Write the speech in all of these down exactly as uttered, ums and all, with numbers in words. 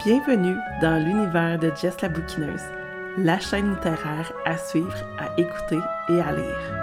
Bienvenue dans l'univers de Jess la bouquineuse, la chaîne littéraire à suivre, à écouter et à lire.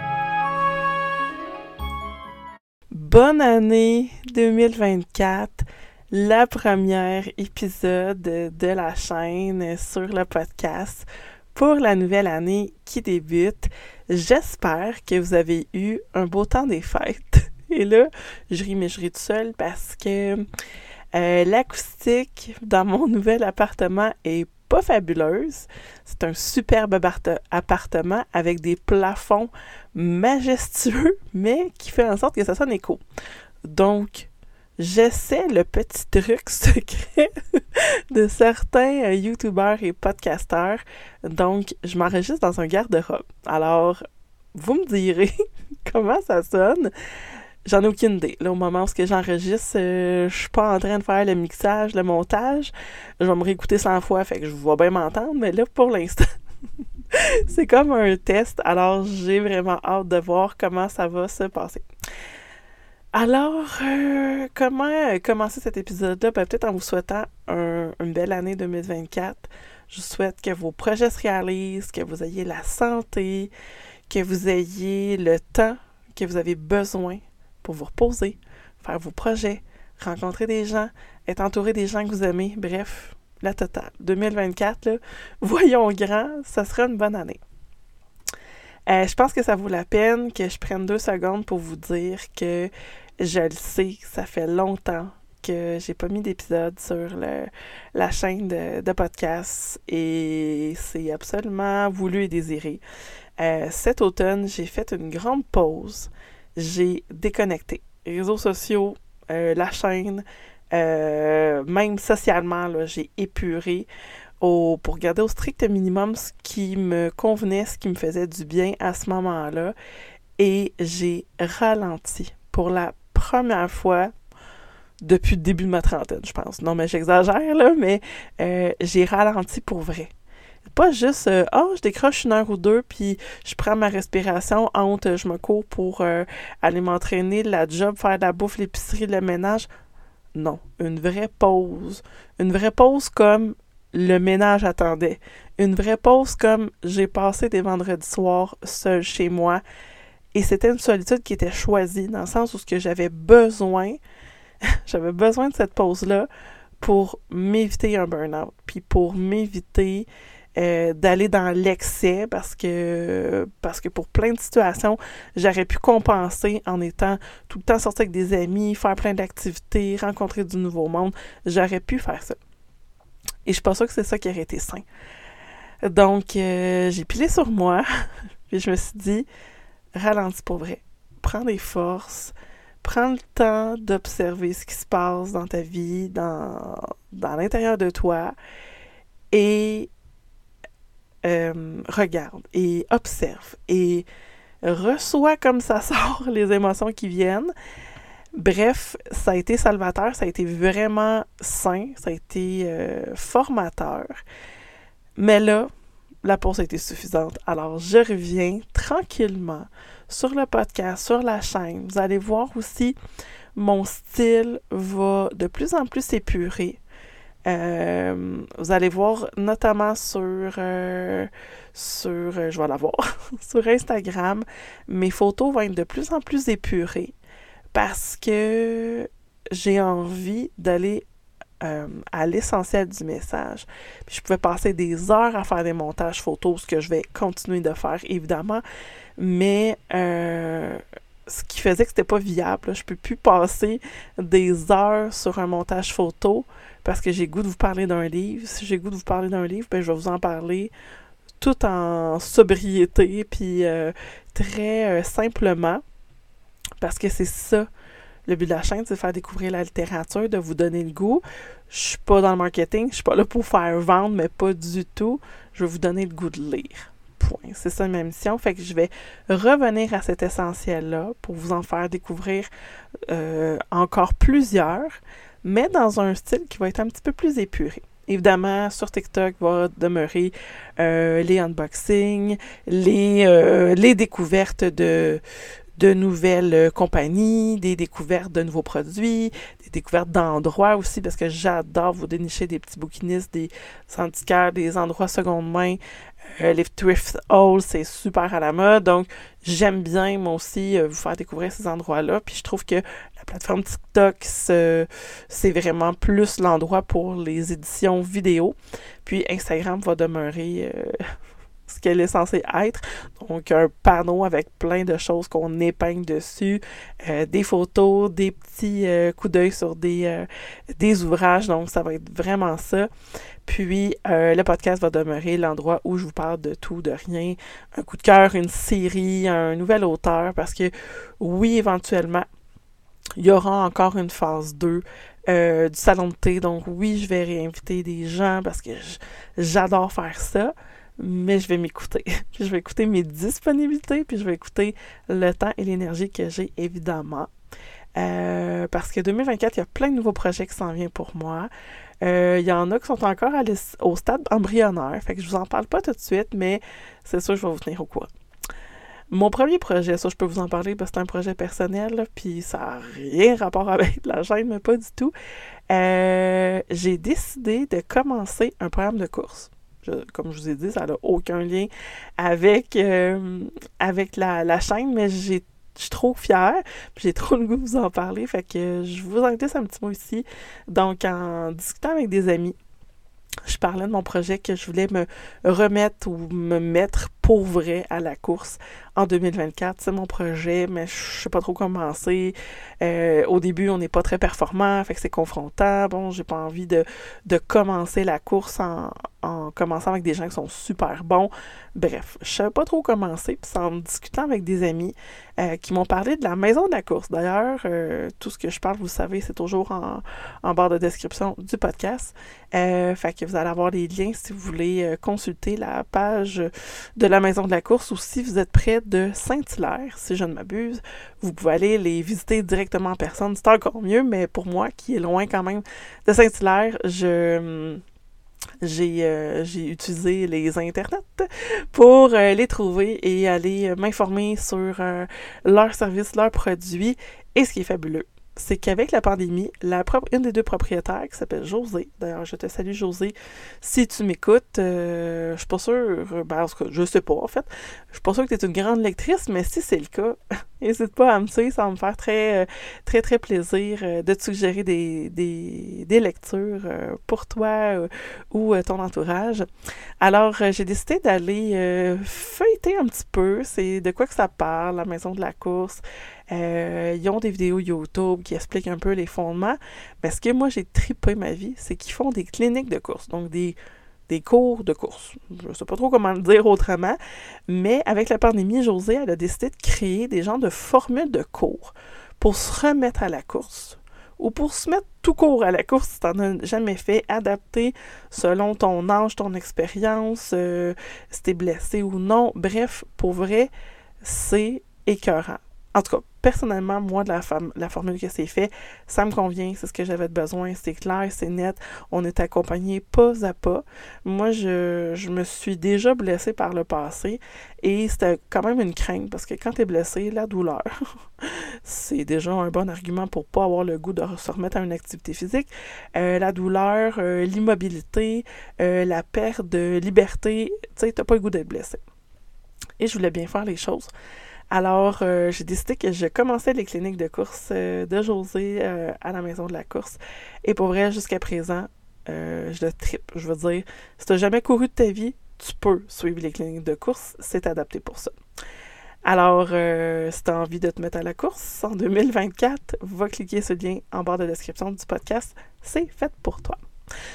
Bonne année deux mille vingt-quatre, la première épisode de la chaîne sur le podcast pour la nouvelle année qui débute. J'espère que vous avez eu un beau temps des fêtes. Et là, je ris, mais je ris toute seule parce que Euh, l'acoustique dans mon nouvel appartement est pas fabuleuse. C'est un superbe aparte- appartement avec des plafonds majestueux, mais qui fait en sorte que ça sonne écho. Donc, j'essaie le petit truc secret de certains euh, youtubeurs et podcasteurs. Donc, je m'enregistre dans un garde-robe. Alors, vous me direz comment ça sonne. J'en ai aucune idée. Là, au moment où j'enregistre, euh, je suis pas en train de faire le mixage, le montage. Je vais me réécouter cent fois, fait que je vais bien m'entendre, mais là, pour l'instant, c'est comme un test. Alors, j'ai vraiment hâte de voir comment ça va se passer. Alors, euh, comment euh, commencer cet épisode-là? Ben, peut-être en vous souhaitant un, une belle année deux mille vingt-quatre. Je vous souhaite que vos projets se réalisent, que vous ayez la santé, que vous ayez le temps que vous avez besoin pour vous reposer, faire vos projets, rencontrer des gens, être entouré des gens que vous aimez, bref, la totale. deux mille vingt-quatre, là, voyons grand, ça sera une bonne année. Euh, je pense que ça vaut la peine que je prenne deux secondes pour vous dire que je le sais, ça fait longtemps que j'ai pas mis d'épisode sur le, la chaîne de, de podcast et c'est absolument voulu et désiré. Euh, cet automne, j'ai fait une grande pause. J'ai déconnecté. Les réseaux sociaux, euh, la chaîne, euh, même socialement, là, j'ai épuré au, pour garder au strict minimum ce qui me convenait, ce qui me faisait du bien à ce moment-là. Et j'ai ralenti pour la première fois depuis le début de ma trentaine, je pense. Non, mais j'exagère, là, mais euh, j'ai ralenti pour vrai. Pas juste euh, « Ah, oh, je décroche une heure ou deux, puis je prends ma respiration entre, je me cours pour euh, aller m'entraîner, la job, faire de la bouffe, l'épicerie, le ménage. » Non, une vraie pause. Une vraie pause comme le ménage attendait. Une vraie pause comme j'ai passé des vendredis soirs seule chez moi. Et c'était une solitude qui était choisie, dans le sens où ce que j'avais besoin, j'avais besoin de cette pause-là pour m'éviter un burn-out, puis pour m'éviter Euh, d'aller dans l'excès parce que parce que pour plein de situations, j'aurais pu compenser en étant tout le temps sortie avec des amis, faire plein d'activités, rencontrer du nouveau monde. J'aurais pu faire ça. Et je suis pas sûre que c'est ça qui aurait été sain. Donc, euh, j'ai pilé sur moi, puis je me suis dit, ralentis pour vrai. Prends des forces, prends le temps d'observer ce qui se passe dans ta vie, dans, dans l'intérieur de toi, et Euh, regarde et observe et reçois comme ça sort les émotions qui viennent. Bref, ça a été salvateur, ça a été vraiment sain, ça a été euh, formateur. Mais là, la pause a été suffisante. Alors, je reviens tranquillement sur le podcast, sur la chaîne. Vous allez voir aussi, mon style va de plus en plus s'épurer. Euh, vous allez voir notamment sur euh, sur euh, je vais la voir sur Instagram, mes photos vont être de plus en plus épurées parce que j'ai envie d'aller euh, à l'essentiel du message. Puis je pouvais passer des heures à faire des montages photos, ce que je vais continuer de faire évidemment, mais euh, ce qui faisait que c'était pas viable, là. Je peux plus passer des heures sur un montage photo parce que j'ai le goût de vous parler d'un livre. Si j'ai le goût de vous parler d'un livre, ben je vais vous en parler tout en sobriété, puis euh, très euh, simplement, parce que c'est ça, le but de la chaîne, c'est de faire découvrir la littérature, de vous donner le goût. Je suis pas dans le marketing, je suis pas là pour faire vendre, mais pas du tout. Je vais vous donner le goût de lire. Point. C'est ça ma mission. Fait que je vais revenir à cet essentiel-là pour vous en faire découvrir euh, encore plusieurs, mais dans un style qui va être un petit peu plus épuré. Évidemment, sur TikTok va demeurer euh, les unboxings, les, euh, les découvertes de, de nouvelles euh, compagnies, des découvertes de nouveaux produits, des découvertes d'endroits aussi, parce que j'adore vous dénicher des petits bouquinistes, des antiquaires, des endroits seconde main. Euh, les thrift halls, c'est super à la mode, donc j'aime bien, moi aussi, euh, vous faire découvrir ces endroits-là, puis je trouve que la plateforme TikTok, c'est, c'est vraiment plus l'endroit pour les éditions vidéo, puis Instagram va demeurer euh, ce qu'elle est censée être, donc un panneau avec plein de choses qu'on épingle dessus, euh, des photos, des petits euh, coups d'œil sur des, euh, des ouvrages, donc ça va être vraiment ça. Puis, euh, le podcast va demeurer l'endroit où je vous parle de tout, de rien, un coup de cœur, une série, un nouvel auteur, parce que oui, éventuellement, il y aura encore une phase deux euh, du salon de thé, donc oui, je vais réinviter des gens parce que j'adore faire ça, mais je vais m'écouter. Je vais écouter mes disponibilités, puis je vais écouter le temps et l'énergie que j'ai, évidemment. Euh, parce que deux mille vingt-quatre, il y a plein de nouveaux projets qui s'en viennent pour moi. Euh, il y en a qui sont encore à au stade embryonnaire, fait que je vous en parle pas tout de suite, mais c'est sûr que je vais vous tenir au courant. Mon premier projet, ça je peux vous en parler parce que c'est un projet personnel, là, puis ça n'a rien rapport avec la chaîne, mais pas du tout. Euh, j'ai décidé de commencer un programme de course. Je, comme je vous ai dit, ça n'a aucun lien avec, euh, avec la, la chaîne, mais j'ai je suis trop fière, puis j'ai trop le goût de vous en parler, fait que je vous en glisse un petit mot ici. Donc, en discutant avec des amis, je parlais de mon projet que je voulais me remettre ou me mettre pour vrai à la course en deux mille vingt-quatre. C'est mon projet, mais je sais pas trop comment commencer. Euh, au début, on n'est pas très performant, fait que c'est confrontant. Bon, j'ai pas envie de, de commencer la course en, en commençant avec des gens qui sont super bons. Bref, je savais pas trop commencer, puis c'est en discutant avec des amis euh, qui m'ont parlé de la maison de la course. D'ailleurs, euh, tout ce que je parle, vous savez, c'est toujours en, en barre de description du podcast. Euh, fait que vous allez avoir les liens si vous voulez euh, consulter la page de la maison de la course, ou si vous êtes près de Saint-Hilaire, si je ne m'abuse, vous pouvez aller les visiter directement en personne. C'est encore mieux, mais pour moi, qui est loin quand même de Saint-Hilaire, je... J'ai, euh, j'ai utilisé les internets pour euh, les trouver et aller euh, m'informer sur euh, leurs services, leurs produits. Et ce qui est fabuleux, c'est qu'avec la pandémie, la pro- une des deux propriétaires, qui s'appelle Josée, d'ailleurs je te salue Josée, si tu m'écoutes, euh, je suis pas sûre, ben en tout cas, je sais pas en fait, je suis pas sûre que tu es une grande lectrice, mais si c'est le cas, n'hésite pas à me suivre, ça va me faire très, très, très plaisir euh, de te suggérer des, des, des lectures euh, pour toi euh, ou euh, ton entourage. Alors, euh, j'ai décidé d'aller euh, feuilleter un petit peu, c'est de quoi que ça parle, la maison de la course. Euh, ils ont des vidéos YouTube qui expliquent un peu les fondements. Mais ce que moi, j'ai trippé ma vie, c'est qu'ils font des cliniques de course, donc des des cours de course. Je ne sais pas trop comment le dire autrement, mais avec la pandémie, Josée, elle a décidé de créer des genres de formules de cours pour se remettre à la course ou pour se mettre tout court à la course si tu n'en as jamais fait, adapté selon ton âge, ton expérience, euh, si tu es blessé ou non. Bref, pour vrai, c'est écœurant. En tout cas, personnellement, moi, de la, fam- la formule que c'est fait, ça me convient, c'est ce que j'avais besoin, c'est clair, c'est net, on est accompagné pas à pas. Moi, je, je me suis déjà blessée par le passé et c'était quand même une crainte parce que quand t'es blessé, la douleur, c'est déjà un bon argument pour pas avoir le goût de se remettre à une activité physique. Euh, la douleur, euh, l'immobilité, euh, la perte de liberté, tu sais, t'as pas le goût d'être blessé. Et je voulais bien faire les choses. Alors, euh, j'ai décidé que je commençais les cliniques de course euh, de Josée euh, à la maison de la course. Et pour vrai, jusqu'à présent, euh, je le trippe. Je veux dire, si tu n'as jamais couru de ta vie, tu peux suivre les cliniques de course. C'est adapté pour ça. Alors, euh, si tu as envie de te mettre à la course en deux mille vingt-quatre, va cliquer sur le lien en barre de description du podcast. C'est fait pour toi.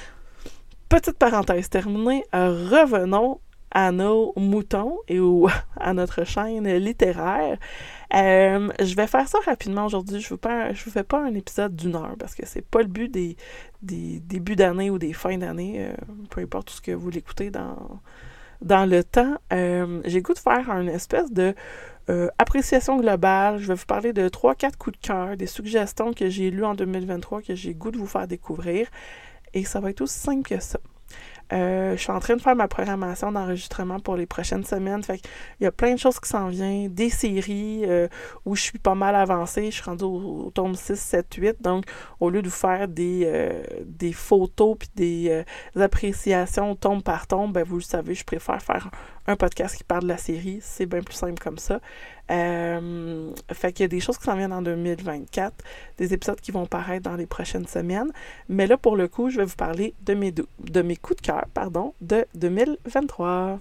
Petite parenthèse terminée, euh, revenons à nos moutons et ou à notre chaîne littéraire. Euh, je vais faire ça rapidement aujourd'hui. Je ne vous fais pas un épisode d'une heure parce que c'est pas le but des, des débuts d'année ou des fins d'année, euh, peu importe ce que vous l'écoutez dans, dans le temps. Euh, j'ai le goût de faire une espèce de euh, appréciation globale. Je vais vous parler de trois quatre coups de cœur, des suggestions que j'ai lues en deux mille vingt-trois que j'ai le goût de vous faire découvrir. Et ça va être aussi simple que ça. Euh, je suis en train de faire ma programmation d'enregistrement pour les prochaines semaines. Fait qu'il y a plein de choses qui s'en viennent. Des séries euh, où je suis pas mal avancée. Je suis rendue au, au tome six, sept, huit. Donc, au lieu de vous faire des, euh, des photos puis des, euh, des appréciations tome par tome, ben vous le savez, je préfère faire un podcast qui parle de la série. C'est bien plus simple comme ça. Euh, fait qu'il y a des choses qui s'en viennent en deux mille vingt-quatre, des épisodes qui vont paraître dans les prochaines semaines. Mais là, pour le coup, je vais vous parler de mes, do- de mes coups de cœur, pardon, de deux mille vingt-trois.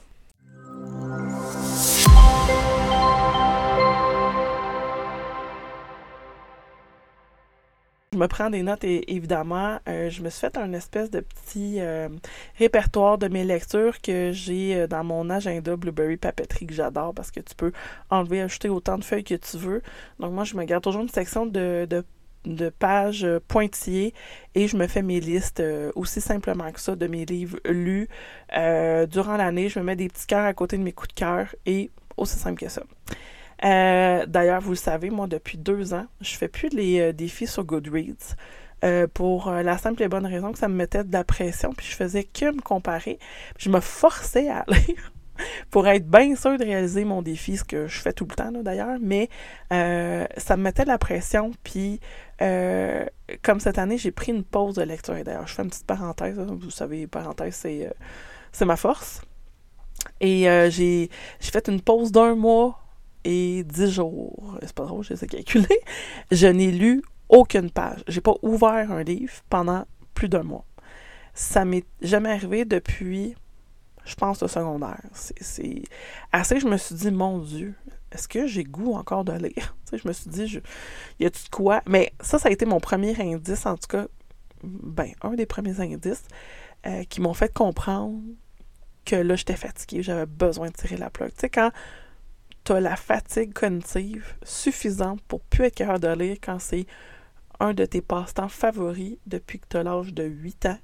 Je me prends des notes et évidemment, euh, je me suis fait un espèce de petit euh, répertoire de mes lectures que j'ai euh, dans mon agenda Blueberry Papeterie que j'adore parce que tu peux enlever, ajouter autant de feuilles que tu veux. Donc moi, je me garde toujours une section de, de, de pages euh, pointillées et je me fais mes listes euh, aussi simplement que ça de mes livres lus. Euh, durant l'année, je me mets des petits cœurs à côté de mes coups de cœur et aussi simple que ça. Euh, d'ailleurs, vous le savez, moi, depuis deux ans, je fais plus les euh, défis sur Goodreads euh, pour euh, la simple et bonne raison que ça me mettait de la pression, puis je faisais que me comparer. Puis je me forçais à lire pour être bien sûre de réaliser mon défi, ce que je fais tout le temps, là, d'ailleurs, mais euh, ça me mettait de la pression, puis euh, comme cette année, j'ai pris une pause de lecture. Et d'ailleurs, je fais une petite parenthèse, hein, vous savez, parenthèse, c'est, euh, c'est ma force. Et euh, j'ai, j'ai fait une pause d'un mois et dix jours, c'est pas drôle, je sais calculer, je n'ai lu aucune page. J'ai pas ouvert un livre pendant plus d'un mois. Ça m'est jamais arrivé depuis, je pense, le secondaire. C'est, c'est assez, je me suis dit, mon Dieu, est-ce que j'ai goût encore de lire? Tu sais, je me suis dit, je, y a-tu de quoi? Mais ça, ça a été mon premier indice, en tout cas, ben, un des premiers indices euh, qui m'ont fait comprendre que là, j'étais fatiguée, j'avais besoin de tirer la plug. Tu sais, quand t'as la fatigue cognitive suffisante pour plus être capable de lire quand c'est un de tes passe-temps favoris depuis que t'as l'âge de huit ans,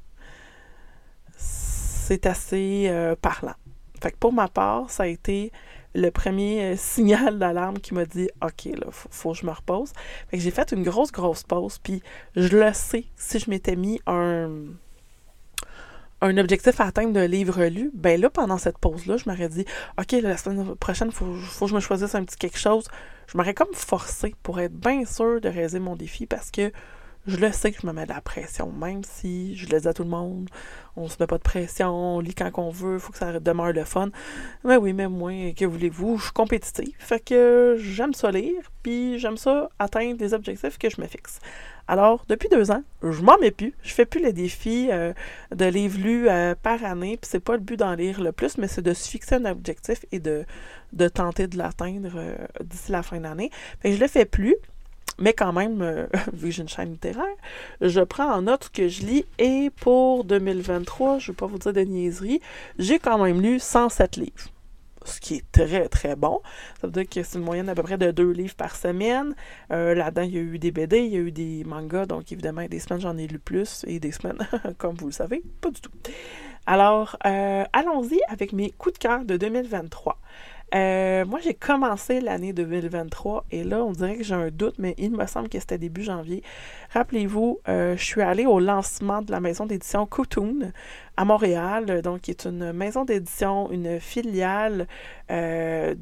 c'est assez euh, parlant. Fait que pour ma part, ça a été le premier euh, signal d'alarme qui m'a dit « Ok, là, faut, faut que je me repose. » Fait que j'ai fait une grosse, grosse pause, puis je le sais, si je m'étais mis un... un objectif à atteindre d'un livre lu, ben là, pendant cette pause-là, je m'aurais dit, OK, là, la semaine prochaine, il faut, faut que je me choisisse un petit quelque chose. Je m'aurais comme forcé pour être bien sûre de réaliser mon défi parce que je le sais que je me mets de la pression, même si je le dis à tout le monde, on se met pas de pression, on lit quand on veut, il faut que ça demeure le fun. Mais oui, mais moi, que voulez-vous, je suis compétitive, fait que j'aime ça lire, puis j'aime ça atteindre des objectifs que je me fixe. Alors, depuis deux ans, je m'en mets plus, je fais plus les défis euh, de livres lus euh, par année, puis c'est pas le but d'en lire le plus, mais c'est de se fixer un objectif et de, de tenter de l'atteindre euh, d'ici la fin de l'année. Fait que je le fais plus. Mais quand même, euh, vu que j'ai une chaîne littéraire, je prends en note ce que je lis. Et pour deux mille vingt-trois, je ne vais pas vous dire de niaiserie, j'ai quand même lu cent sept livres. Ce qui est très, très bon. Ça veut dire que c'est une moyenne à peu près de deux livres par semaine. Euh, là-dedans, il y a eu des B D, il y a eu des mangas. Donc, évidemment, des semaines, j'en ai lu plus. Et des semaines, comme vous le savez, pas du tout. Alors, euh, allons-y avec mes coups de cœur de deux mille vingt-trois. Euh, moi, j'ai commencé l'année deux mille vingt-trois et là, on dirait que j'ai un doute, mais il me semble que c'était début janvier. Rappelez-vous, euh, je suis allée au lancement de la maison d'édition Cocoon à Montréal, donc qui est une maison d'édition, une filiale euh,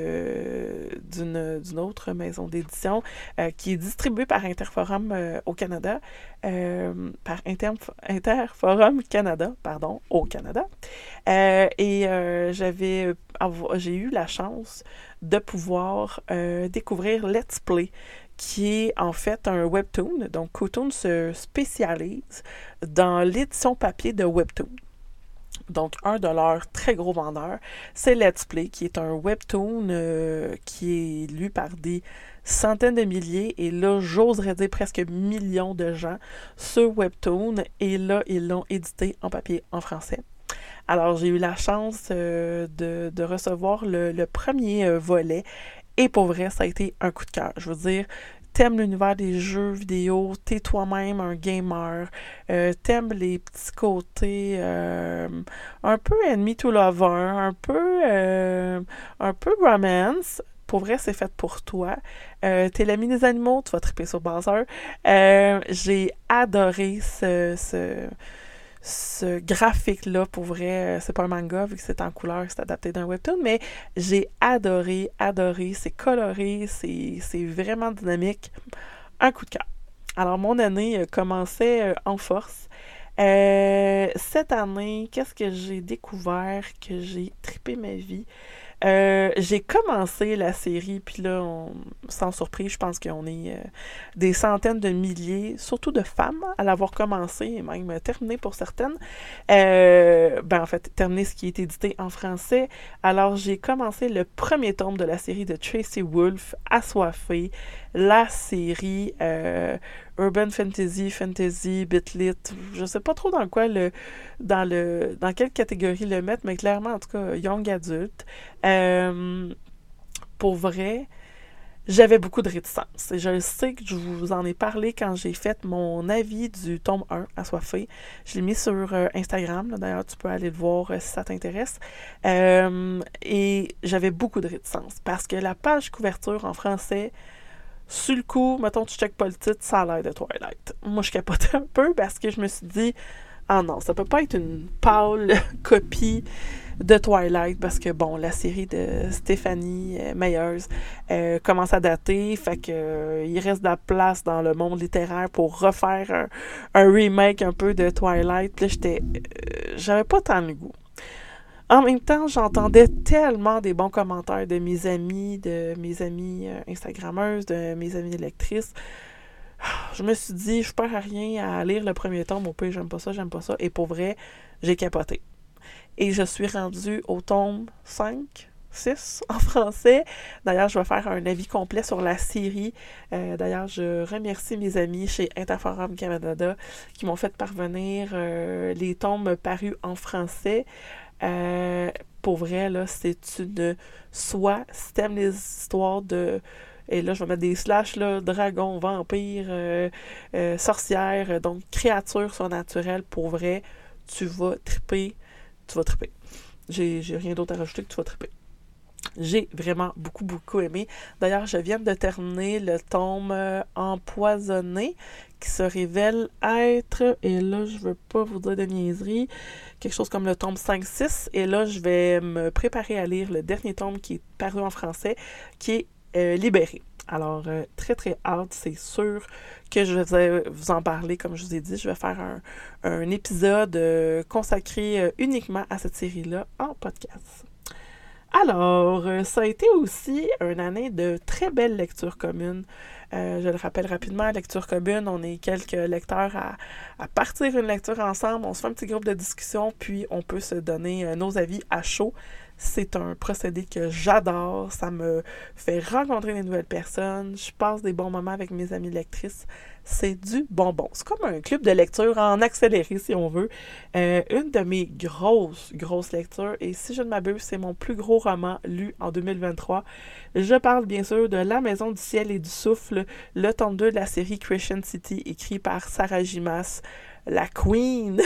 de, d'une, d'une autre maison d'édition euh, qui est distribuée par Interforum euh, au Canada, euh, par Inter, Interforum Canada, pardon, au Canada. Euh, et euh, j'avais, j'ai eu la chance de pouvoir euh, découvrir Let's Play, qui est en fait un webtoon. Donc, Cocoon se spécialise dans l'édition papier de webtoon. Donc, un de leurs très gros vendeurs, c'est Let's Play, qui est un webtoon euh, qui est lu par des centaines de milliers, et là, j'oserais dire presque millions de gens, ce webtoon, et là, ils l'ont édité en papier en français. Alors, j'ai eu la chance euh, de, de recevoir le, le premier euh, volet, et pour vrai, ça a été un coup de cœur. Je veux dire, t'aimes l'univers des jeux vidéo, t'es toi-même un gamer, euh, t'aimes les petits côtés euh, un peu enemy to lover, un peu, euh, un peu romance. Pour vrai, c'est fait pour toi. Euh, t'es l'ami des animaux, tu vas triper sur Bowser. Euh, j'ai adoré ce... ce ce graphique-là, pour vrai, c'est pas un manga, vu que c'est en couleur, c'est adapté d'un webtoon, mais j'ai adoré, adoré, c'est coloré, c'est, c'est vraiment dynamique, un coup de cœur. Alors, mon année commençait en force. Euh, cette année, qu'est-ce que j'ai découvert, que j'ai trippé ma vie? Euh, j'ai commencé la série, puis là, on, sans surprise, je pense qu'on est euh, des centaines de milliers, surtout de femmes, à l'avoir commencé, et même terminé pour certaines. Euh, ben, en fait, terminé ce qui est édité en français. Alors, j'ai commencé le premier tome de la série de Tracy Wolff, Assoiffée, la série euh, Urban Fantasy, Fantasy, Bitlit, je sais pas trop dans quoi le, dans le, dans quelle catégorie le mettre, mais clairement, en tout cas, Young Adulte. Euh, pour vrai, j'avais beaucoup de réticence. Et je sais que je vous en ai parlé quand j'ai fait mon avis du tome un, Assoiffé. Je l'ai mis sur euh, Instagram. Là. D'ailleurs, tu peux aller le voir euh, si ça t'intéresse. Euh, et j'avais beaucoup de réticence parce que la page couverture en français, sur le coup, mettons, tu checkes pas le titre, ça a l'air de Twilight. Moi, je capotais un peu parce que je me suis dit, ah non, ça peut pas être une pâle copie de Twilight parce que, bon, la série de Stephanie Meyers euh, commence à dater, fait que euh, il reste de la place dans le monde littéraire pour refaire un, un remake un peu de Twilight. Puis là, j'étais... Euh, j'avais pas tant le goût. En même temps, j'entendais tellement des bons commentaires de mes amis, de mes amies euh, Instagrammeuses, de mes amies lectrices. Je me suis dit, je perds à rien à lire le premier tome, au pire, j'aime pas ça, j'aime pas ça. Et pour vrai, j'ai capoté. Et je suis rendue au tome cinq, six en français. D'ailleurs, je vais faire un avis complet sur la série. Euh, d'ailleurs, je remercie mes amis chez Interforum Canada qui m'ont fait parvenir euh, les tomes parus en français. Euh, pour vrai, là, c'est une soie. Si t'aimes les histoires de... Et là, je vais mettre des slash, là, dragon, vampire, euh, euh, sorcière, donc créatures surnaturelles, pour vrai, tu vas triper. Tu vas triper. J'ai, j'ai rien d'autre à rajouter que tu vas triper. J'ai vraiment beaucoup, beaucoup aimé. D'ailleurs, je viens de terminer le tome euh, Empoisonné, qui se révèle être, et là, je veux pas vous dire de niaiserie, quelque chose comme le tome cinq six, et là, je vais me préparer à lire le dernier tome qui est paru en français, qui est euh, Libéré. Alors, euh, très, très hâte, c'est sûr que je vais vous en parler, comme je vous ai dit. Je vais faire un, un épisode euh, consacré euh, uniquement à cette série-là en podcast. Alors, ça a été aussi une année de très belles lectures communes. Euh, je le rappelle rapidement, lecture commune, on est quelques lecteurs à, à partir une lecture ensemble, on se fait un petit groupe de discussion, puis on peut se donner euh, nos avis à chaud. C'est un procédé que j'adore, ça me fait rencontrer des nouvelles personnes, je passe des bons moments avec mes amies lectrices, c'est du bonbon. C'est comme un club de lecture en accéléré, si on veut. Euh, une de mes grosses, grosses lectures, et si je ne m'abuse, c'est mon plus gros roman lu en deux mille vingt-trois. Je parle bien sûr de La Maison du Ciel et du Souffle, le tome deux de la série Crescent City, écrit par Sarah J. Maas, la queen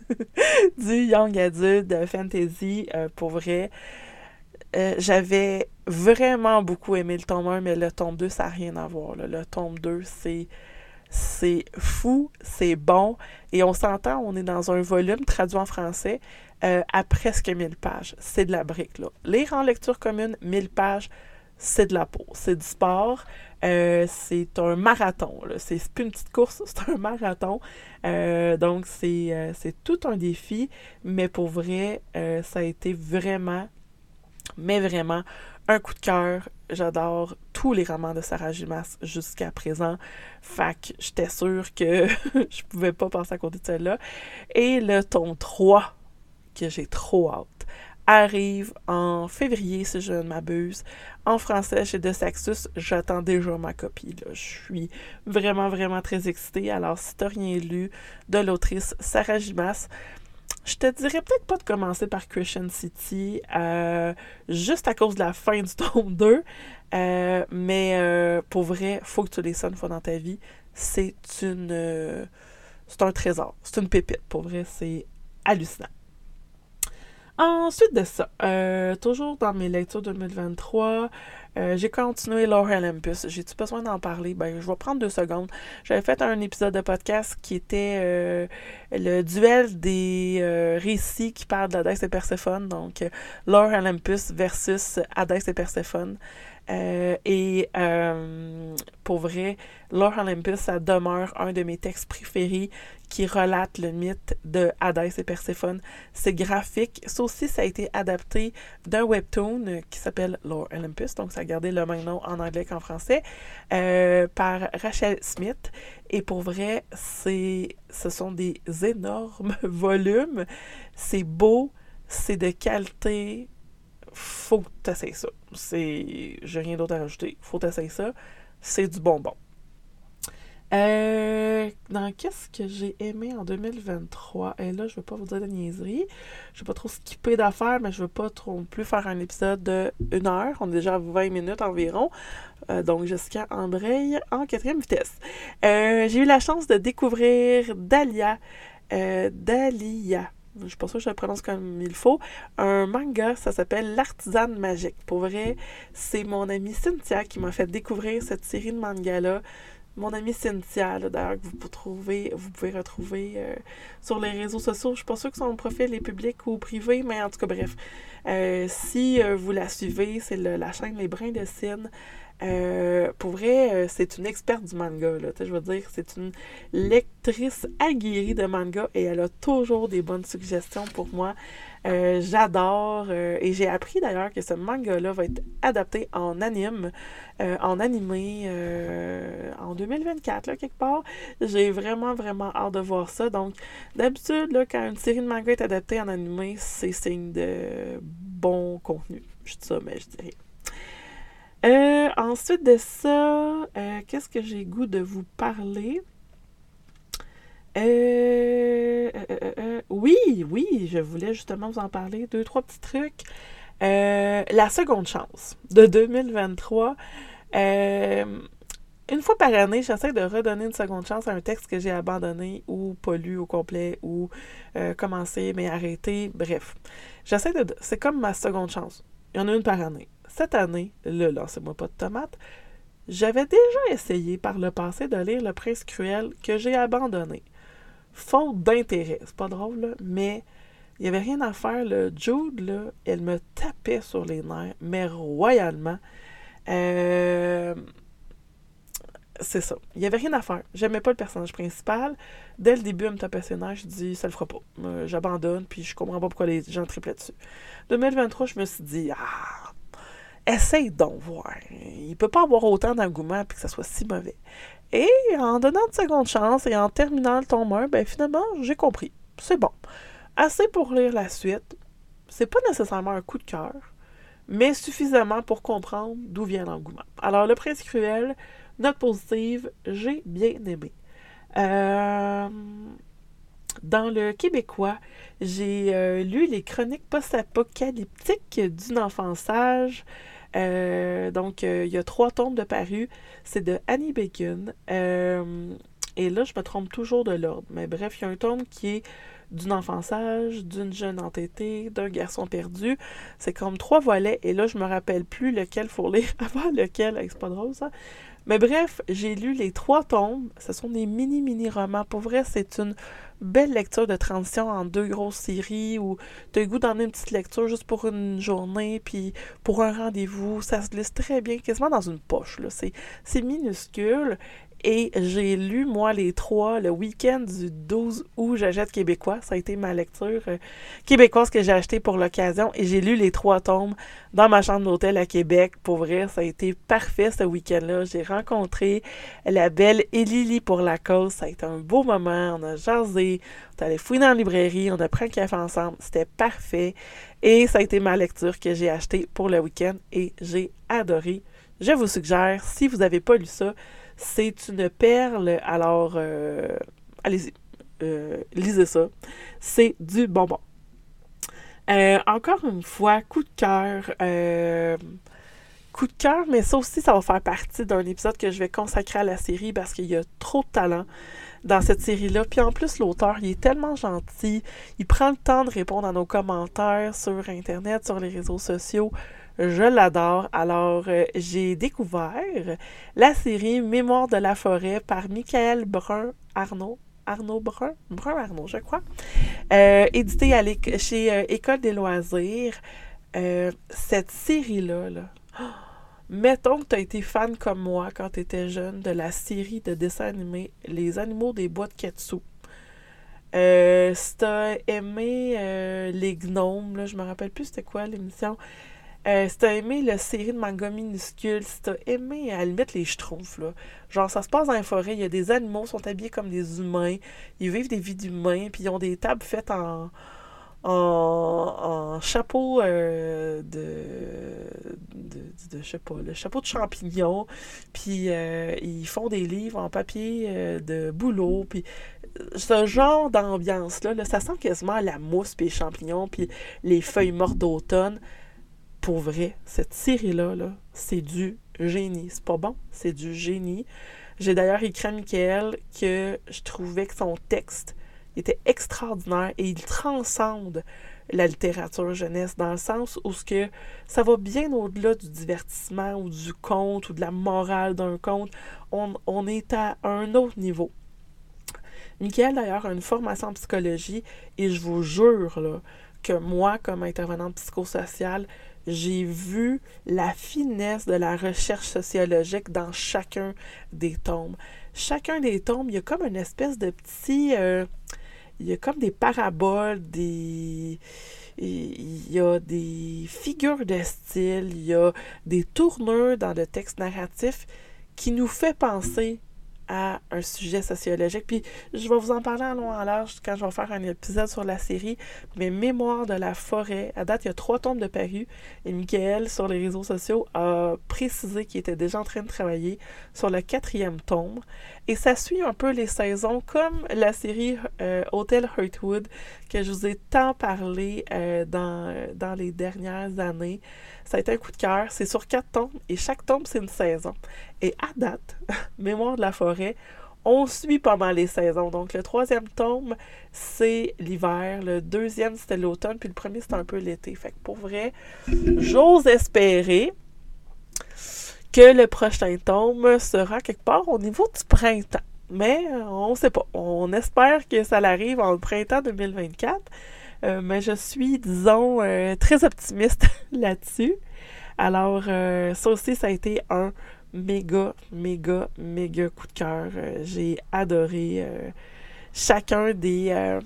du young adult fantasy, euh, pour vrai. Euh, j'avais vraiment beaucoup aimé le tome un, mais le tome deux, ça n'a rien à voir. Là. Le tome deux, c'est, c'est fou, c'est bon, et on s'entend, on est dans un volume traduit en français euh, à presque mille pages. C'est de la brique, là. Lire en lecture commune, mille pages, c'est de la peau, c'est du sport, euh, c'est un marathon, là. C'est, c'est plus une petite course, c'est un marathon, euh, donc c'est, euh, c'est tout un défi, mais pour vrai, euh, ça a été vraiment, mais vraiment, un coup de cœur. J'adore tous les romans de Sarah J. Maas jusqu'à présent, fait que j'étais sûre que je pouvais pas passer à côté de celle-là, et le tome trois, que j'ai trop hâte, arrive en février, si je ne m'abuse, en français chez De Saxus. J'attends déjà ma copie, là. Je suis vraiment, vraiment très excitée. Alors, si tu n'as rien lu de l'autrice Sarah J. Maas, je te dirais peut-être pas de commencer par Crescent City, euh, juste à cause de la fin du tome deux, euh, mais euh, pour vrai, faut que tu les ça une fois dans ta vie. C'est une... Euh, c'est un trésor, c'est une pépite. Pour vrai, c'est hallucinant. Ensuite de ça, euh, toujours dans mes lectures deux mille vingt-trois, euh, j'ai continué Lore Olympus. J'ai-tu besoin d'en parler? Ben, je vais prendre deux secondes. J'avais fait un épisode de podcast qui était euh, le duel des euh, récits qui parlent d'Hadès et Perséphone, donc euh, Lore Olympus versus Hadès et Perséphone. Euh, et euh, pour vrai, Lore Olympus, ça demeure un de mes textes préférés qui relate le mythe de Hadès et Perséphone. C'est graphique. Ça aussi, ça a été adapté d'un webtoon qui s'appelle Lore Olympus, donc ça a gardé le même nom en anglais qu'en français, euh, par Rachel Smith. Et pour vrai, c'est, ce sont des énormes volumes. C'est beau, c'est de qualité. Faut que tu essayes ça. C'est... J'ai rien d'autre à rajouter. Faut que tu essayes ça. C'est du bonbon. Euh, dans qu'est-ce que j'ai aimé en deux mille vingt-trois? Et là, je ne vais pas vous dire de niaiserie. Je ne vais pas trop skipper d'affaires, mais je ne veux pas trop plus faire un épisode de une heure. On est déjà à vingt minutes environ. Euh, donc, Jessica Andreille en quatrième vitesse. Euh, j'ai eu la chance de découvrir Dahlia. Euh, Dahlia. Je ne suis pas sûre que je le prononce comme il faut, un manga, ça s'appelle L'Artisane Magique. Pour vrai, c'est mon amie Cynthia qui m'a fait découvrir cette série de mangas-là. Mon amie Cynthia, là, d'ailleurs, que vous pouvez, trouver, vous pouvez retrouver euh, sur les réseaux sociaux. Je ne suis pas sûre que son profil est public ou privé, mais en tout cas, bref. Euh, si euh, vous la suivez, c'est le, la chaîne Les Brins de Cyne. Euh, pour vrai, euh, c'est une experte du manga, là. Je veux dire, c'est une lectrice aguerrie de manga et elle a toujours des bonnes suggestions pour moi. Euh, j'adore euh, et j'ai appris d'ailleurs que ce manga-là va être adapté en anime, euh, en animé euh, en deux mille vingt-quatre, là, quelque part. J'ai vraiment, vraiment hâte de voir ça. Donc, d'habitude, là, quand une série de manga est adaptée en animé, c'est signe de bon contenu. Je dis ça, mais je dis rien. Euh, ensuite de ça, euh, qu'est-ce que j'ai goût de vous parler? Euh, euh, euh, euh, oui, oui, je voulais justement vous en parler. Deux, trois petits trucs. Euh, la seconde chance de deux mille vingt-trois. Euh, une fois par année, j'essaie de redonner une seconde chance à un texte que j'ai abandonné ou pas lu au complet ou euh, commencé mais arrêté. Bref, j'essaie de... C'est comme ma seconde chance. Il y en a une par année. Cette année, là, lancez-moi pas de tomates, j'avais déjà essayé par le passé de lire Le Prince Cruel que j'ai abandonné. Faute d'intérêt. C'est pas drôle, là, mais il n'y avait rien à faire. Là. Jude, là, elle me tapait sur les nerfs, mais royalement. Euh... C'est ça. Il n'y avait rien à faire. J'aimais pas le personnage principal. Dès le début, elle me tapait ses nerfs. Je dis, ça le fera pas. Euh, j'abandonne, puis je comprends pas pourquoi les gens triplaient dessus. deux mille vingt-trois, je me suis dit, ah, essaye donc voir. Il peut pas avoir autant d'engouement puis que ça soit si mauvais. Et en donnant une seconde chance et en terminant le tome un, ben finalement, j'ai compris. C'est bon. Assez pour lire la suite. C'est pas nécessairement un coup de cœur, mais suffisamment pour comprendre d'où vient l'engouement. Alors, Le Prince Cruel, note positive, j'ai bien aimé. Euh... Dans le québécois, j'ai euh, lu les chroniques post-apocalyptiques d'une enfant sage. Euh, donc, euh, il y a trois tomes de parus. C'est de Annie Bacon. Euh, et là, je me trompe toujours de l'ordre. Mais bref, il y a un tome qui est d'une enfant sage, d'une jeune entêtée, d'un garçon perdu. C'est comme trois volets. Et là, je me rappelle plus lequel faut lire avant lequel. C'est pas drôle, ça. Mais bref, j'ai lu les trois tomes. Ce sont des mini-mini-romans. Pour vrai, c'est une belle lecture de transition en deux grosses séries où tu as le goût d'emmener une petite lecture juste pour une journée, puis pour un rendez-vous. Ça se glisse très bien, quasiment dans une poche. Là. C'est, c'est minuscule. Et j'ai lu, moi, les trois le week-end du douze août, j'achète québécois. Ça a été ma lecture euh, québécoise que j'ai achetée pour l'occasion. Et j'ai lu les trois tomes dans ma chambre d'hôtel à Québec. Pour vrai, ça a été parfait ce week-end-là. J'ai rencontré la belle Élilie pour la cause. Ça a été un beau moment. On a jasé, on est allé fouiller dans la librairie, on a pris un café ensemble. C'était parfait. Et ça a été ma lecture que j'ai achetée pour le week-end. Et j'ai adoré. Je vous suggère, si vous n'avez pas lu ça, c'est une perle, alors euh, allez-y, euh, lisez ça. C'est du bonbon. Euh, encore une fois, coup de cœur. Euh, coup de cœur, mais ça aussi, ça va faire partie d'un épisode que je vais consacrer à la série parce qu'il y a trop de talent dans cette série-là. Puis en plus, l'auteur, il est tellement gentil. Il prend le temps de répondre à nos commentaires sur Internet, sur les réseaux sociaux. Je l'adore. Alors, euh, j'ai découvert la série Mémoire de la forêt par Michael Brun-Arnaud. Arnaud Brun? Brun-Arnaud, je crois. Euh, édité à chez euh, École des loisirs. Euh, cette série-là, là, oh, mettons que tu as été fan comme moi quand tu étais jeune de la série de dessins animés Les Animaux des Bois de Ketsu. Euh, si tu as aimé euh, les gnomes, là, je me rappelle plus c'était quoi l'émission. Euh, si t'as aimé la série de manga minuscule, si t'as aimé à la limite les schtroumpfs, là, genre ça se passe dans la forêt, il y a des animaux, sont habillés comme des humains, ils vivent des vies d'humains, puis ils ont des tables faites en, en, en chapeau euh, de, de, de, je sais pas, le chapeau de champignons, puis euh, ils font des livres en papier euh, de bouleau, puis ce genre d'ambiance-là, là, ça sent quasiment la mousse, puis les champignons, puis les feuilles mortes d'automne. Pour vrai, cette série-là, là, c'est du génie. C'est pas bon, c'est du génie. J'ai d'ailleurs écrit à Michael que je trouvais que son texte était extraordinaire et il transcende la littérature jeunesse dans le sens où ce que ça va bien au-delà du divertissement ou du conte ou de la morale d'un conte. On, on est à un autre niveau. Michael, d'ailleurs, a une formation en psychologie et je vous jure là, que moi, comme intervenante psychosociale, j'ai vu la finesse de la recherche sociologique dans chacun des tomes. Chacun des tomes, il y a comme une espèce de petit... Euh, il y a comme des paraboles, des... Il y a des figures de style, il y a des tournures dans le texte narratif qui nous fait penser à un sujet sociologique. Puis je vais vous en parler en long en large quand je vais faire un épisode sur la série, mais Mémoire de la forêt, à date, il y a trois tomes de parus, et Michael, sur les réseaux sociaux, a précisé qu'il était déjà en train de travailler sur le quatrième tome, et ça suit un peu les saisons, comme la série euh, Hotel Heartwood, que je vous ai tant parlé euh, dans, dans les dernières années. Ça a été un coup de cœur. C'est sur quatre tomes, et chaque tome, c'est une saison. Et à date, Mémoire de la forêt, on suit pendant les saisons. Donc, le troisième tome, c'est l'hiver. Le deuxième, c'était l'automne. Puis le premier, c'était un peu l'été. Fait que pour vrai, j'ose espérer que le prochain tome sera quelque part au niveau du printemps. Mais on ne sait pas. On espère que ça arrive en printemps deux mille vingt-quatre. Euh, mais je suis, disons, euh, très optimiste là-dessus. Alors, euh, ça aussi, ça a été un méga, méga, méga coup de cœur. Euh, j'ai adoré euh, chacun des, euh,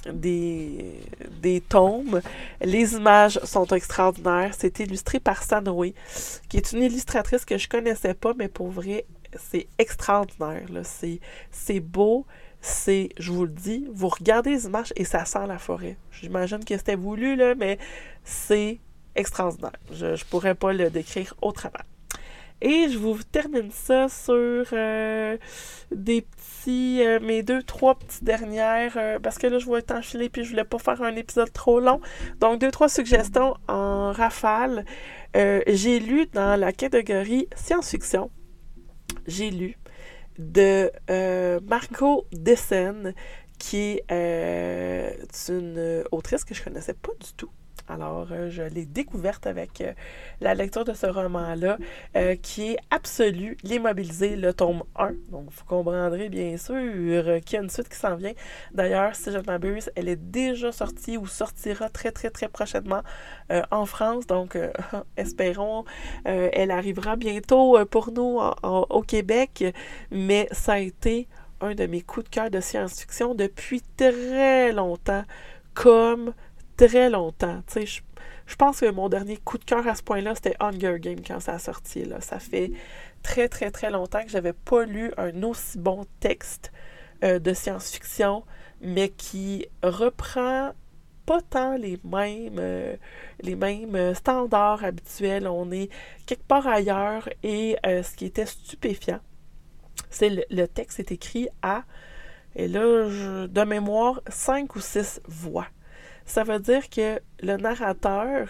des, des tomes. Les images sont extraordinaires. C'est illustré par Sanoé, qui est une illustratrice que je connaissais pas, mais pour vrai, c'est extraordinaire, là. C'est, c'est beau. C'est, je vous le dis, vous regardez les images et ça sent la forêt. J'imagine que c'était voulu, là, mais c'est extraordinaire. Je ne pourrais pas le décrire autrement. Et je vous termine ça sur euh, des petits, euh, mes deux, trois petites dernières, euh, parce que là, je vois le temps filer puis je voulais pas faire un épisode trop long. Donc, deux, trois suggestions en rafale. Euh, j'ai lu dans la catégorie science-fiction, j'ai lu de euh, Margot Dessen, qui est euh, une autrice que je connaissais pas du tout. Alors, euh, je l'ai découverte avec euh, la lecture de ce roman-là, euh, qui est Absolu, l'immobilisé, le tome un. Donc, vous comprendrez bien sûr euh, qu'il y a une suite qui s'en vient. D'ailleurs, si je ne m'abuse, elle est déjà sortie ou sortira très, très, très prochainement euh, en France. Donc, euh, espérons, euh, elle arrivera bientôt euh, pour nous en, en, au Québec. Mais ça a été un de mes coups de cœur de science-fiction depuis très longtemps, comme très longtemps. Tu sais, je, je pense que mon dernier coup de cœur à ce point-là, c'était Hunger Games quand ça a sorti. Là. Ça fait très, très, très longtemps que j'avais pas lu un aussi bon texte euh, de science-fiction, mais qui reprend pas tant les mêmes, euh, les mêmes standards habituels. On est quelque part ailleurs et euh, ce qui était stupéfiant, c'est le, le texte est écrit à, et là, je, de mémoire, cinq ou six voix. Ça veut dire que le narrateur,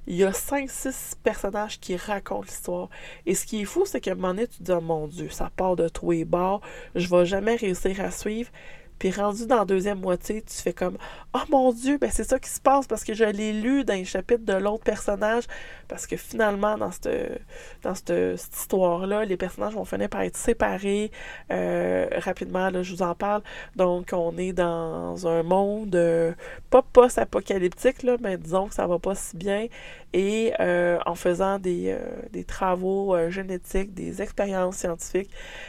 il y a cinq six personnages qui racontent l'histoire. Et ce qui est fou, c'est qu'à un moment donné, tu te dis « Oh mon Dieu, ça part de tous les bords, je vais jamais réussir à suivre. » Puis rendu dans la deuxième moitié, tu fais comme « Oh mon Dieu, ben c'est ça qui se passe parce que je l'ai lu dans les chapitres de l'autre personnage. » Parce que finalement, dans cette, dans cette, cette histoire-là, les personnages vont finir par être séparés. Euh, rapidement, là, je vous en parle. Donc, on est dans un monde euh, pas post-apocalyptique, là, mais disons que ça va pas si bien. Et euh, en faisant des, euh, des travaux euh, génétiques, des expériences scientifiques,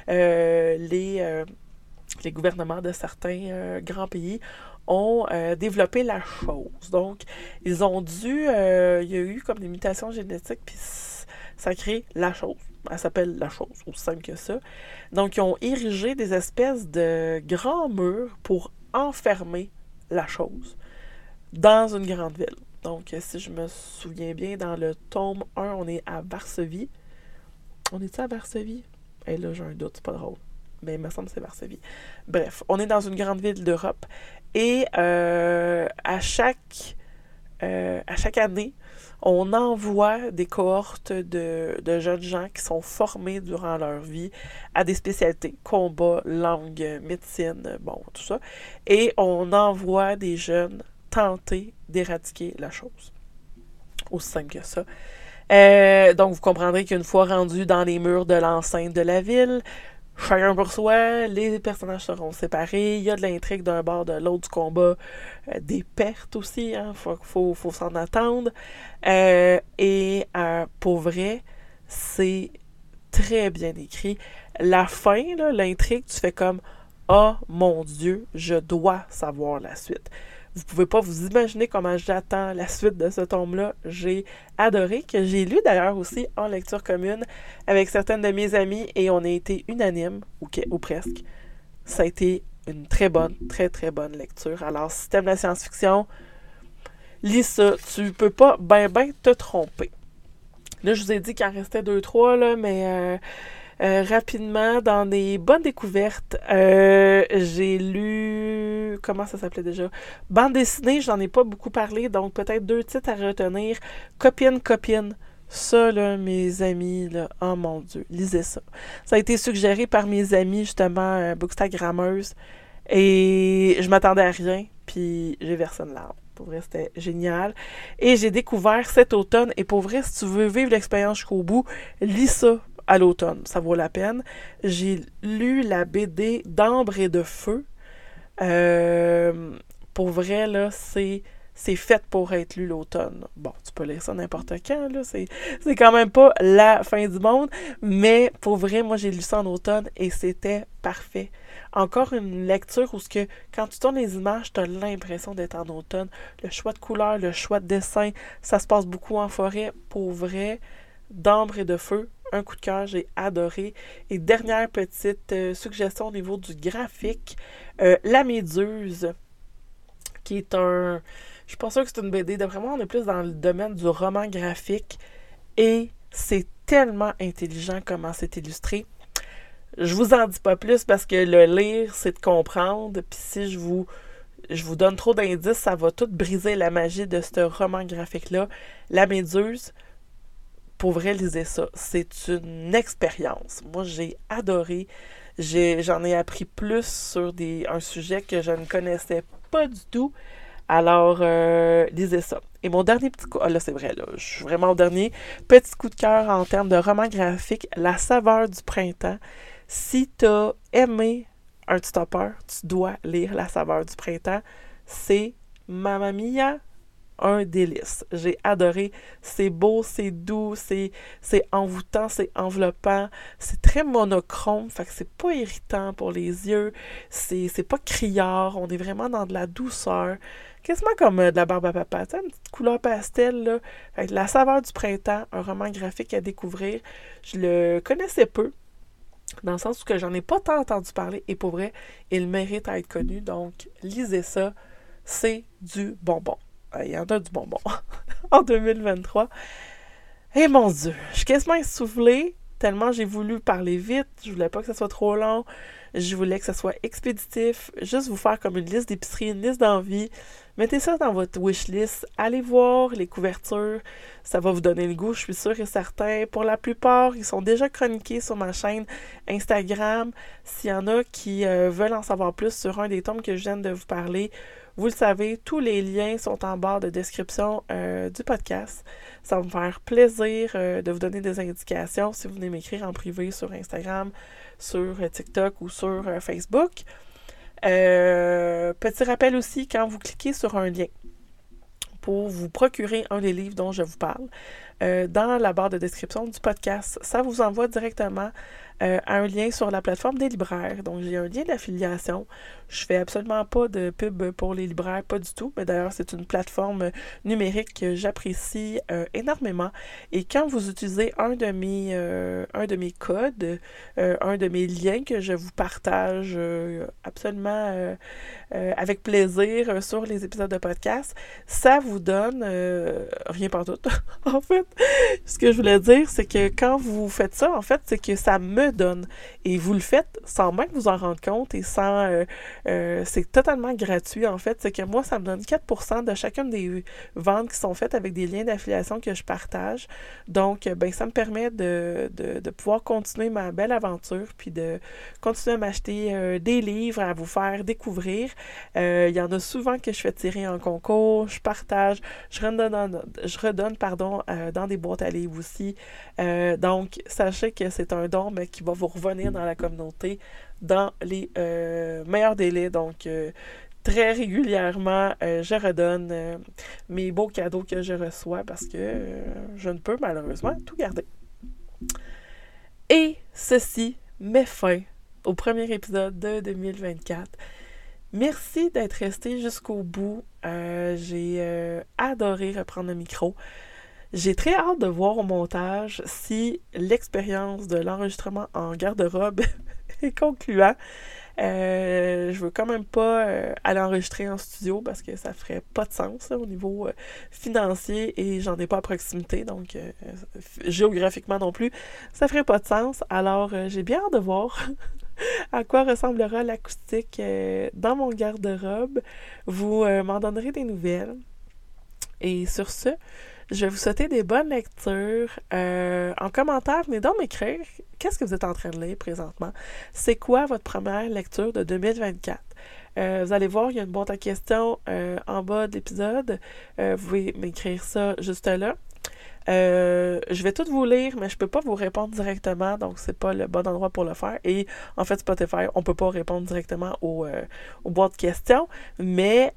euh, les... Euh, les gouvernements de certains euh, grands pays ont euh, développé la chose. Donc, ils ont dû... Euh, il y a eu comme des mutations génétiques, puis ça crée la chose. Elle s'appelle la chose, aussi simple que ça. Donc, ils ont érigé des espèces de grands murs pour enfermer la chose dans une grande ville. Donc, si je me souviens bien, dans le tome un, on est à Varsovie. On est-tu à Varsovie? Et là, j'ai un doute, c'est pas drôle. Mais il me semble que c'est Varsovie. Bref, on est dans une grande ville d'Europe et euh, à chaque euh, à chaque année, on envoie des cohortes de, de jeunes gens qui sont formés durant leur vie à des spécialités, combat, langue, médecine, bon, tout ça. Et on envoie des jeunes tenter d'éradiquer la chose. Aussi simple que ça. Euh, donc, vous comprendrez qu'une fois rendus dans les murs de l'enceinte de la ville, chacun pour soi, les personnages seront séparés, il y a de l'intrigue d'un bord de l'autre du combat, euh, des pertes aussi, hein, faut, faut, faut s'en attendre. Euh, et euh, pour vrai, c'est très bien écrit. La fin, là, l'intrigue, tu fais comme « Oh mon Dieu, je dois savoir la suite ». Vous pouvez pas vous imaginer comment j'attends la suite de ce tome-là. J'ai adoré, que j'ai lu d'ailleurs aussi en lecture commune avec certaines de mes amies et on a été unanimes, ou, ou presque. Ça a été une très bonne, très très bonne lecture. Alors, si t'aimes la science-fiction, lis ça. Tu peux pas ben ben te tromper. Là, je vous ai dit qu'il en restait deux, trois, là, mais... Euh, Euh, rapidement, dans des bonnes découvertes, euh, j'ai lu... Comment ça s'appelait déjà? Bande dessinée, j'en ai pas beaucoup parlé, donc peut-être deux titres à retenir. Copine, copine. Ça, là, mes amis, là, oh mon Dieu, lisez ça. Ça a été suggéré par mes amis, justement, euh, bookstagrammeuses, et je m'attendais à rien, puis j'ai versé une larme. Pour vrai, c'était génial. Et j'ai découvert cet automne, et pour vrai, si tu veux vivre l'expérience jusqu'au bout, lis ça à l'automne, ça vaut la peine. J'ai lu la B D d'Ambre et de Feu. Euh, pour vrai, là, c'est, c'est fait pour être lu l'automne. Bon, tu peux lire ça n'importe quand, là, c'est, c'est quand même pas la fin du monde, mais pour vrai, moi, j'ai lu ça en automne et c'était parfait. Encore une lecture où ce que, quand tu tournes les images, tu as l'impression d'être en automne. Le choix de couleurs, le choix de dessin, ça se passe beaucoup en forêt. Pour vrai, d'Ambre et de Feu, un coup de cœur, j'ai adoré. Et dernière petite euh, suggestion au niveau du graphique, euh, La Méduse, qui est un... Je suis pas sûre que c'est une B D. D'après moi, on est plus dans le domaine du roman graphique. Et c'est tellement intelligent comment c'est illustré. Je vous en dis pas plus parce que le lire, c'est de comprendre. Puis si je vous... je vous donne trop d'indices, ça va tout briser la magie de ce roman graphique-là. La Méduse, pour vrai, lisez ça. C'est une expérience. Moi, j'ai adoré. J'ai, j'en ai appris plus sur des, un sujet que je ne connaissais pas du tout. Alors, euh, lisez ça. Et mon dernier petit coup... Ah là, c'est vrai, là. Je suis vraiment au dernier. Petit coup de cœur en termes de roman graphique. La saveur du printemps. Si tu as aimé un stopper, tu dois lire La saveur du printemps. C'est Mamma Mia! Un délice. J'ai adoré. C'est beau, c'est doux, c'est, c'est envoûtant, c'est enveloppant. C'est très monochrome, fait que c'est pas irritant pour les yeux. C'est, c'est pas criard. On est vraiment dans de la douceur. Quasiment comme euh, de la barbe à papa. Tu sais, une petite couleur pastel, là. Fait que La saveur du printemps, un roman graphique à découvrir. Je le connaissais peu, dans le sens où que j'en ai pas tant entendu parler. Et pour vrai, il mérite à être connu. Donc, lisez ça. C'est du bonbon. Il y en a du bonbon en deux mille vingt-trois. Et mon Dieu, je suis quasiment essoufflée. tellement j'ai voulu parler vite, je voulais pas que ça soit trop long, je voulais que ça soit expéditif, juste vous faire comme une liste d'épicerie, une liste d'envie. Mettez ça dans votre wishlist, allez voir les couvertures, ça va vous donner le goût, je suis sûre et certain. Pour la plupart, ils sont déjà chroniqués sur ma chaîne Instagram. S'il y en a qui euh, veulent en savoir plus sur un des tomes que je viens de vous parler, vous le savez, tous les liens sont en barre de description euh, du podcast. Ça va me faire plaisir euh, de vous donner des indications si vous venez m'écrire en privé sur Instagram, sur TikTok ou sur euh, Facebook. Euh, petit rappel aussi, quand vous cliquez sur un lien pour vous procurer un des livres dont je vous parle, euh, dans la barre de description du podcast, ça vous envoie directement euh, à un lien sur la plateforme des libraires. Donc, j'ai un lien d'affiliation. Je fais absolument pas de pub pour les libraires, pas du tout. Mais d'ailleurs, c'est une plateforme numérique que j'apprécie euh, énormément. Et quand vous utilisez un de mes, euh, un de mes codes, euh, un de mes liens que je vous partage euh, absolument euh, euh, avec plaisir euh, sur les épisodes de podcast, ça vous donne euh, rien par tout. En fait, ce que je voulais dire, c'est que quand vous faites ça, en fait, c'est que ça me donne. Et vous le faites sans même vous en rendre compte et sans... Euh, euh, c'est totalement gratuit, en fait. C'est que moi, ça me donne quatre pour cent de chacune des ventes qui sont faites avec des liens d'affiliation que je partage. Donc, ben ça me permet de, de, de pouvoir continuer ma belle aventure puis de continuer à m'acheter euh, des livres à vous faire découvrir. Euh, il y en a souvent que je fais tirer en concours, je partage, je redonne, je redonne pardon, euh, dans des boîtes à livres aussi. Euh, donc, sachez que c'est un don mais qui va vous revenir dans la communauté dans les euh, meilleurs délais. Donc, euh, très régulièrement, euh, je redonne euh, mes beaux cadeaux que je reçois parce que euh, je ne peux malheureusement tout garder. Et ceci met fin au premier épisode de deux mille vingt-quatre. Merci d'être resté jusqu'au bout. Euh, j'ai euh, adoré reprendre le micro. J'ai très hâte de voir au montage si l'expérience de l'enregistrement en garde-robe est concluant. Euh, je veux quand même pas euh, aller enregistrer en studio parce que ça ferait pas de sens là, au niveau euh, financier et j'en ai pas à proximité, donc euh, géographiquement non plus, ça ferait pas de sens. Alors euh, j'ai bien hâte de voir à quoi ressemblera l'acoustique euh, dans mon garde-robe. Vous euh, m'en donnerez des nouvelles. Et sur ce, je vais vous souhaiter des bonnes lectures. Euh, en commentaire, venez donc m'écrire qu'est-ce que vous êtes en train de lire présentement. C'est quoi votre première lecture de deux mille vingt-quatre? Euh, vous allez voir, il y a une boîte à questions euh, en bas de l'épisode. Euh, vous pouvez m'écrire ça juste là. Euh, je vais tout vous lire, mais je peux pas vous répondre directement, donc c'est pas le bon endroit pour le faire. Et en fait, Spotify, on peut pas répondre directement aux, euh, aux boîtes de questions, mais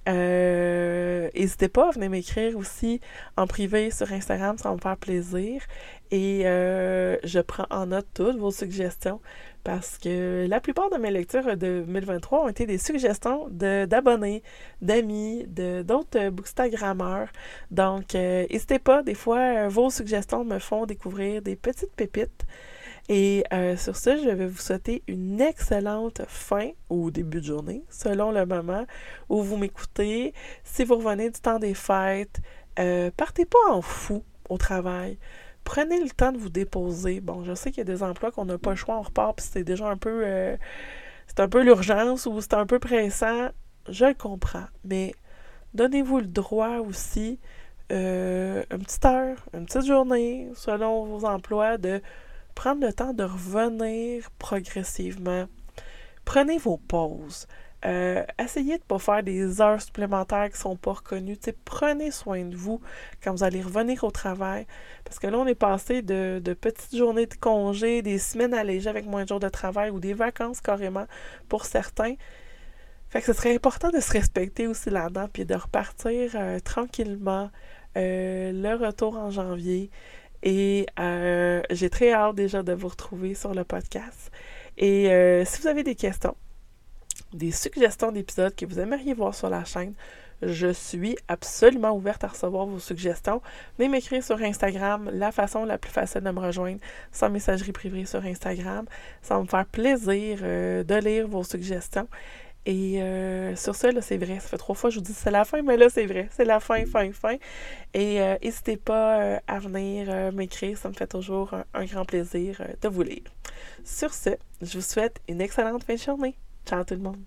euh, n'hésitez pas à venir m'écrire aussi en privé sur Instagram, ça va me faire plaisir. Et euh, je prends en note toutes vos suggestions parce que la plupart de mes lectures de deux mille vingt-trois ont été des suggestions de, d'abonnés, d'amis, de, d'autres bookstagrammeurs. Donc, euh, n'hésitez pas, des fois, euh, vos suggestions me font découvrir des petites pépites. Et euh, sur ce, je vais vous souhaiter une excellente fin ou début de journée, selon le moment où vous m'écoutez. Si vous revenez du temps des fêtes, euh, partez pas en fou au travail. Prenez le temps de vous déposer. Bon, je sais qu'il y a des emplois qu'on n'a pas le choix, on repart, puis c'est déjà un peu... Euh, c'est un peu l'urgence ou c'est un peu pressant. Je le comprends, mais donnez-vous le droit aussi, euh, une petite heure, une petite journée, selon vos emplois, de prendre le temps de revenir progressivement. Prenez vos pauses. Euh, essayez de ne pas faire des heures supplémentaires qui ne sont pas reconnues. T'sais, prenez soin de vous quand vous allez revenir au travail. Parce que là, on est passé de, de petites journées de congé, des semaines allégées avec moins de jours de travail ou des vacances carrément pour certains. Fait que ce serait important de se respecter aussi là-dedans puis de repartir euh, tranquillement euh, le retour en janvier. Et euh, j'ai très hâte déjà de vous retrouver sur le podcast. Et euh, si vous avez des questions, des suggestions d'épisodes que vous aimeriez voir sur la chaîne, je suis absolument ouverte à recevoir vos suggestions. Venez m'écrire sur Instagram, la façon la plus facile de me rejoindre, sans messagerie privée sur Instagram. Ça va me faire plaisir euh, de lire vos suggestions. Et euh, sur ça, là, c'est vrai, ça fait trois fois que je vous dis c'est la fin, mais là, c'est vrai, c'est la fin, fin, fin. Et euh, n'hésitez pas euh, à venir euh, m'écrire, ça me fait toujours un, un grand plaisir euh, de vous lire. Sur ce, je vous souhaite une excellente fin de journée. Ciao tout le monde!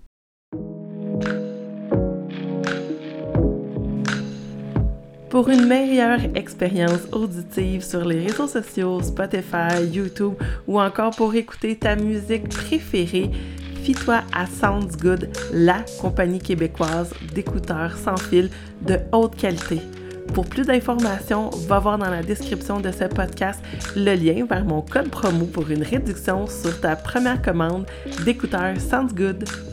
Pour une meilleure expérience auditive sur les réseaux sociaux, Spotify, YouTube ou encore pour écouter ta musique préférée, fie-toi à Sounds Good, la compagnie québécoise d'écouteurs sans fil de haute qualité. Pour plus d'informations, va voir dans la description de ce podcast le lien vers mon code promo pour une réduction sur ta première commande d'écouteurs Sounds Good.